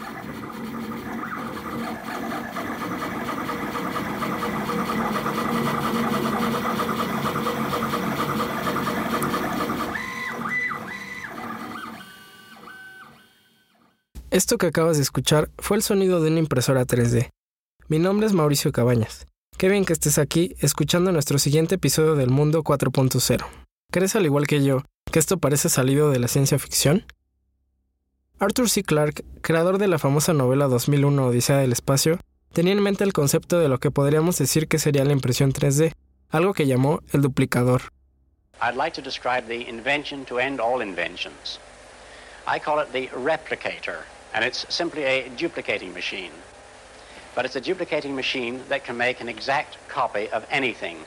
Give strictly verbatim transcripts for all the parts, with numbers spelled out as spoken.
Esto que acabas de escuchar fue el sonido de una impresora tres D. Mi nombre es Mauricio Cabañas. Qué bien que estés aquí escuchando nuestro siguiente episodio del Mundo cuatro punto cero. ¿Crees al igual que yo que esto parece salido de la ciencia ficción? Arthur C. Clarke, creador de la famosa novela dos mil uno Odisea del Espacio, tenía en mente el concepto de lo que podríamos decir que sería la impresión tres D, algo que llamó el duplicador. I'd like to describe the invention to end all inventions. I call it the replicator. And it's simply a duplicating machine. But it's a duplicating machine that can make an exact copy of anything.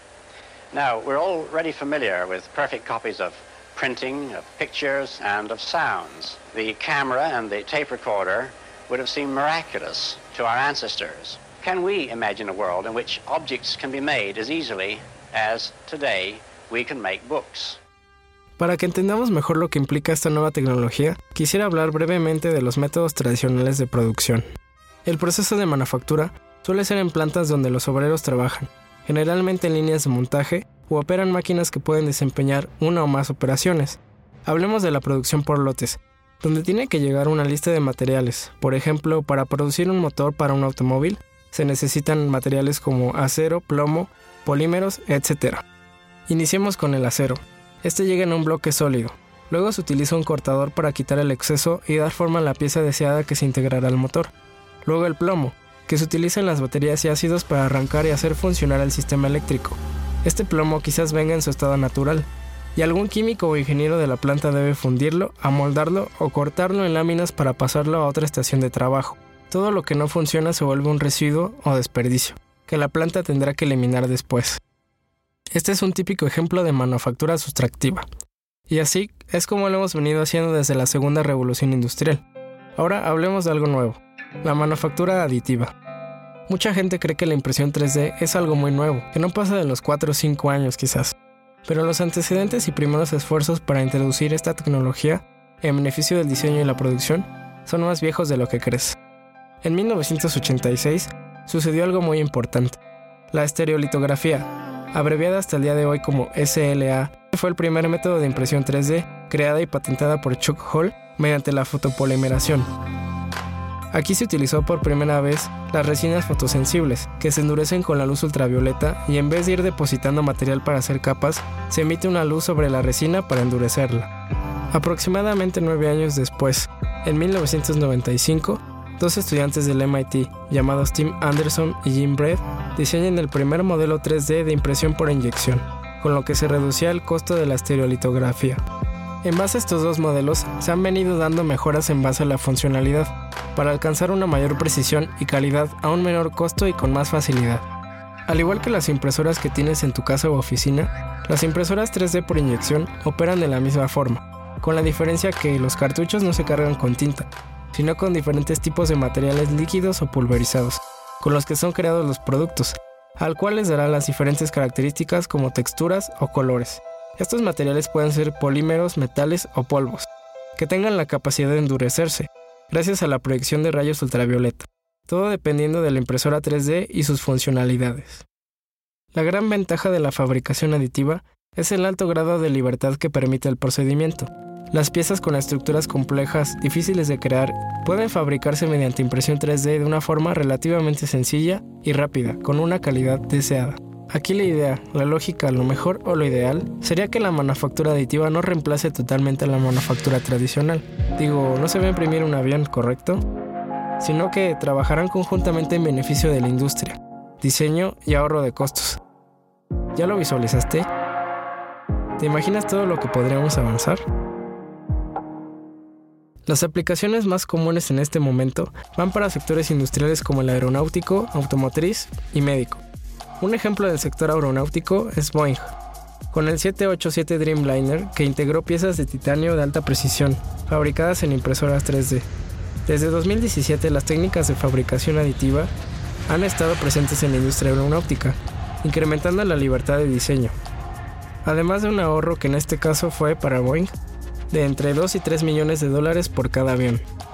Now, we're already familiar with perfect copies of printing, of pictures, and of sounds. The camera and the tape recorder would have seemed miraculous to our ancestors. Can we imagine a world in which objects can be made as easily as today we can make books? Para que entendamos mejor lo que implica esta nueva tecnología, quisiera hablar brevemente de los métodos tradicionales de producción. El proceso de manufactura suele ser en plantas donde los obreros trabajan, generalmente en líneas de montaje u operan máquinas que pueden desempeñar una o más operaciones. Hablemos de la producción por lotes, donde tiene que llegar una lista de materiales. Por ejemplo, para producir un motor para un automóvil, se necesitan materiales como acero, plomo, polímeros, etcétera. Iniciemos con el acero. Este llega en un bloque sólido. Luego se utiliza un cortador para quitar el exceso y dar forma a la pieza deseada que se integrará al motor. Luego el plomo, que se utiliza en las baterías y ácidos para arrancar y hacer funcionar el sistema eléctrico. Este plomo quizás venga en su estado natural, y algún químico o ingeniero de la planta debe fundirlo, amoldarlo o cortarlo en láminas para pasarlo a otra estación de trabajo. Todo lo que no funciona se vuelve un residuo o desperdicio, que la planta tendrá que eliminar después. Este es un típico ejemplo de manufactura sustractiva. Y así es como lo hemos venido haciendo desde la segunda revolución industrial. Ahora hablemos de algo nuevo, la manufactura aditiva. Mucha gente cree que la impresión tres D es algo muy nuevo, que no pasa de los cuatro o cinco años quizás. Pero los antecedentes y primeros esfuerzos para introducir esta tecnología en beneficio del diseño y la producción son más viejos de lo que crees. En mil novecientos ochenta y seis sucedió algo muy importante, la estereolitografía, abreviada hasta el día de hoy como S L A, fue el primer método de impresión tres D creada y patentada por Chuck Hull mediante la fotopolimeración. Aquí se utilizó por primera vez las resinas fotosensibles, que se endurecen con la luz ultravioleta y en vez de ir depositando material para hacer capas, se emite una luz sobre la resina para endurecerla. Aproximadamente nueve años después, en mil novecientos noventa y cinco, dos estudiantes del M I T, llamados Tim Anderson y Jim Bread, diseñan el primer modelo tres D de impresión por inyección, con lo que se reducía el costo de la estereolitografía. En base a estos dos modelos, se han venido dando mejoras en base a la funcionalidad, para alcanzar una mayor precisión y calidad a un menor costo y con más facilidad. Al igual que las impresoras que tienes en tu casa u oficina, las impresoras tres D por inyección operan de la misma forma, con la diferencia que los cartuchos no se cargan con tinta, sino con diferentes tipos de materiales líquidos o pulverizados, con los que son creados los productos, al cual les dará las diferentes características como texturas o colores. Estos materiales pueden ser polímeros, metales o polvos, que tengan la capacidad de endurecerse, gracias a la proyección de rayos ultravioleta, todo dependiendo de la impresora tres D y sus funcionalidades. La gran ventaja de la fabricación aditiva es el alto grado de libertad que permite el procedimiento. Las piezas con estructuras complejas, difíciles de crear, pueden fabricarse mediante impresión tres D de una forma relativamente sencilla y rápida, con una calidad deseada. Aquí la idea, la lógica, lo mejor o lo ideal, sería que la manufactura aditiva no reemplace totalmente a la manufactura tradicional. Digo, no se va a imprimir un avión, ¿correcto? Sino que trabajarán conjuntamente en beneficio de la industria, diseño y ahorro de costos. ¿Ya lo visualizaste? ¿Te imaginas todo lo que podríamos avanzar? Las aplicaciones más comunes en este momento van para sectores industriales como el aeronáutico, automotriz y médico. Un ejemplo del sector aeronáutico es Boeing, con el siete ochenta y siete Dreamliner, que integró piezas de titanio de alta precisión, fabricadas en impresoras tres D. Desde dos mil diecisiete, las técnicas de fabricación aditiva han estado presentes en la industria aeronáutica, incrementando la libertad de diseño, además de un ahorro que en este caso fue para Boeing de entre dos y tres millones de dólares por cada avión.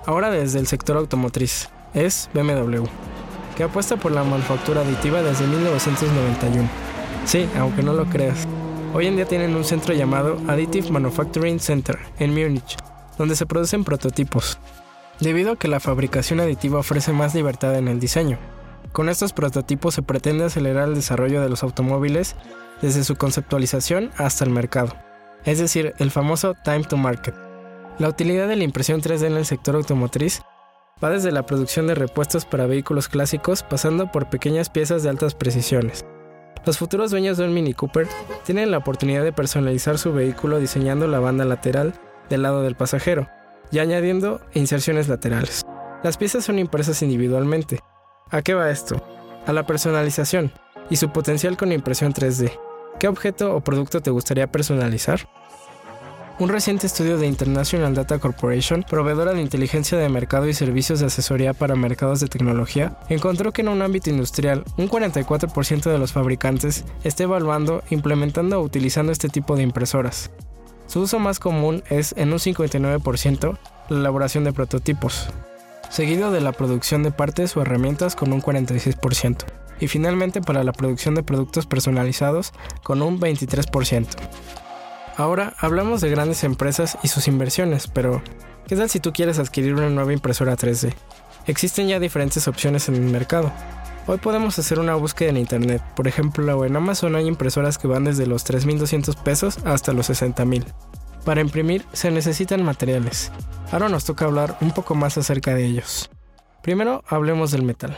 ahora desde el sector automotriz, es B M W, que apuesta por la manufactura aditiva desde mil novecientos noventa y uno. Sí, aunque no lo creas. Hoy en día tienen un centro llamado Additive Manufacturing Center en Múnich, donde se producen prototipos, debido a que la fabricación aditiva ofrece más libertad en el diseño. Con estos prototipos se pretende acelerar el desarrollo de los automóviles desde su conceptualización hasta el mercado, es decir, el famoso time to market. La utilidad de la impresión tres D en el sector automotriz va desde la producción de repuestos para vehículos clásicos pasando por pequeñas piezas de altas precisiones. Los futuros dueños de un Mini Cooper tienen la oportunidad de personalizar su vehículo diseñando la banda lateral del lado del pasajero y añadiendo inserciones laterales. Las piezas son impresas individualmente. ¿A qué va esto? A la personalización y su potencial con impresión tres D. ¿Qué objeto o producto te gustaría personalizar? Un reciente estudio de International Data Corporation, proveedora de inteligencia de mercado y servicios de asesoría para mercados de tecnología, encontró que en un ámbito industrial, un cuarenta y cuatro por ciento de los fabricantes está evaluando, implementando o utilizando este tipo de impresoras. Su uso más común es, en un cincuenta y nueve por ciento, la elaboración de prototipos, seguido de la producción de partes o herramientas con un cuarenta y seis por ciento, y finalmente para la producción de productos personalizados con un veintitrés por ciento. Ahora hablamos de grandes empresas y sus inversiones, pero ¿qué tal si tú quieres adquirir una nueva impresora tres D? Existen ya diferentes opciones en el mercado. Hoy podemos hacer una búsqueda en internet, por ejemplo en Amazon hay impresoras que van desde los tres mil doscientos pesos hasta los sesenta mil. Para imprimir se necesitan materiales. Ahora nos toca hablar un poco más acerca de ellos. Primero hablemos del metal.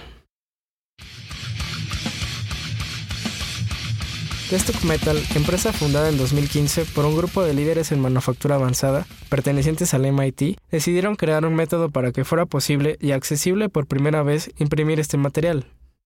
Desktop Metal, empresa fundada en dos mil quince por un grupo de líderes en manufactura avanzada, pertenecientes al M I T, decidieron crear un método para que fuera posible y accesible por primera vez imprimir este material.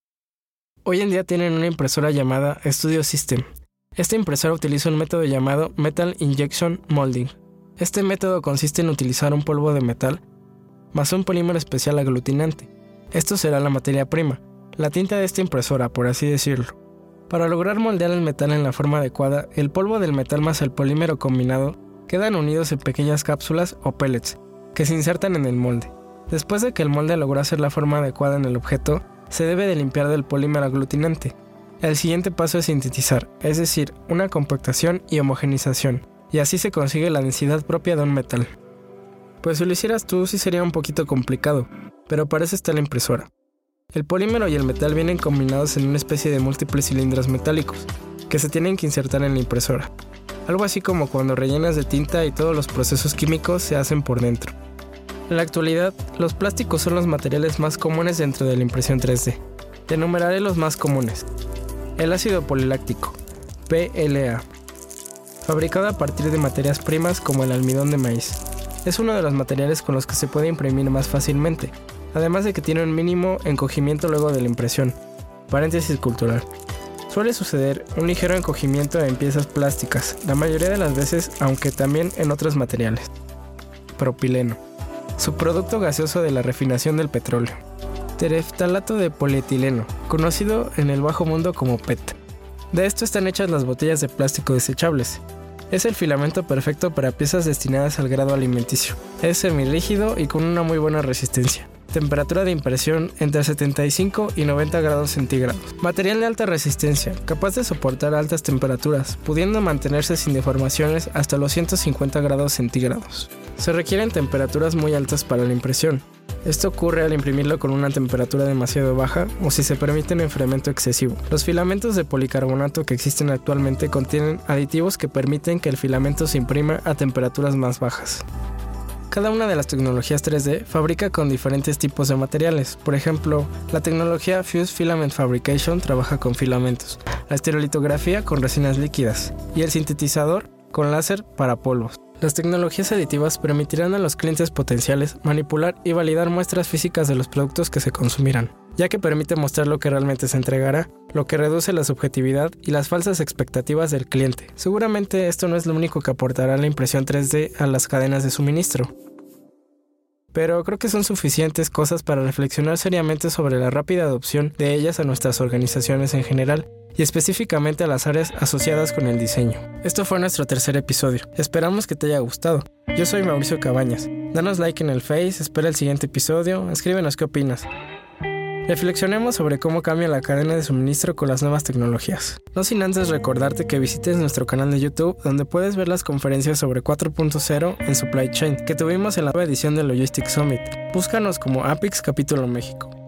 Hoy en día tienen una impresora llamada Studio System. Esta impresora utiliza un método llamado Metal Injection Molding. Este método consiste en utilizar un polvo de metal más un polímero especial aglutinante. Esto será la materia prima, la tinta de esta impresora, por así decirlo. Para lograr moldear el metal en la forma adecuada, el polvo del metal más el polímero combinado quedan unidos en pequeñas cápsulas o pellets que se insertan en el molde. Después de que el molde logró hacer la forma adecuada en el objeto, se debe de limpiar del polímero aglutinante. El siguiente paso es sintetizar, es decir, una compactación y homogenización, y así se consigue la densidad propia de un metal. Pues si lo hicieras tú sí sería un poquito complicado, pero para eso está la impresora. El polímero y el metal vienen combinados en una especie de múltiples cilindros metálicos, que se tienen que insertar en la impresora. Algo así como cuando rellenas de tinta y todos los procesos químicos se hacen por dentro. En la actualidad, los plásticos son los materiales más comunes dentro de la impresión tres D. Te enumeraré los más comunes. El ácido poliláctico, P L A, fabricado a partir de materias primas como el almidón de maíz. Es uno de los materiales con los que se puede imprimir más fácilmente, además de que tiene un mínimo encogimiento luego de la impresión. Paréntesis cultural. Suele suceder un ligero encogimiento en piezas plásticas, la mayoría de las veces, aunque también en otros materiales. Propileno, subproducto gaseoso de la refinación del petróleo. Tereftalato de polietileno, conocido en el bajo mundo como P E T. De esto están hechas las botellas de plástico desechables. Es el filamento perfecto para piezas destinadas al grado alimenticio. Es semirrígido y con una muy buena resistencia. Temperatura de impresión entre setenta y cinco y noventa grados centígrados. Material de alta resistencia, capaz de soportar altas temperaturas, pudiendo mantenerse sin deformaciones hasta los ciento cincuenta grados centígrados. Se requieren temperaturas muy altas para la impresión. Esto ocurre al imprimirlo con una temperatura demasiado baja o si se permite un enfriamiento excesivo. Los filamentos de policarbonato que existen actualmente contienen aditivos que permiten que el filamento se imprima a temperaturas más bajas. Cada una de las tecnologías tres D fabrica con diferentes tipos de materiales. Por ejemplo, la tecnología Fused Filament Fabrication trabaja con filamentos, la estereolitografía con resinas líquidas y el sintetizador con láser para polvos. Las tecnologías aditivas permitirán a los clientes potenciales manipular y validar muestras físicas de los productos que se consumirán, ya que permite mostrar lo que realmente se entregará, lo que reduce la subjetividad y las falsas expectativas del cliente. Seguramente esto no es lo único que aportará la impresión tres D a las cadenas de suministro, pero creo que son suficientes cosas para reflexionar seriamente sobre la rápida adopción de ellas a nuestras organizaciones en general y específicamente a las áreas asociadas con el diseño. Esto fue nuestro tercer episodio. Esperamos que te haya gustado. Yo soy Mauricio Cabañas. Danos like en el Face, espera el siguiente episodio, escríbenos qué opinas. Reflexionemos sobre cómo cambia la cadena de suministro con las nuevas tecnologías. No sin antes recordarte que visites nuestro canal de YouTube, donde puedes ver las conferencias sobre cuatro punto cero en Supply Chain que tuvimos en la nueva edición del Logistics Summit. Búscanos como Apix Capítulo México.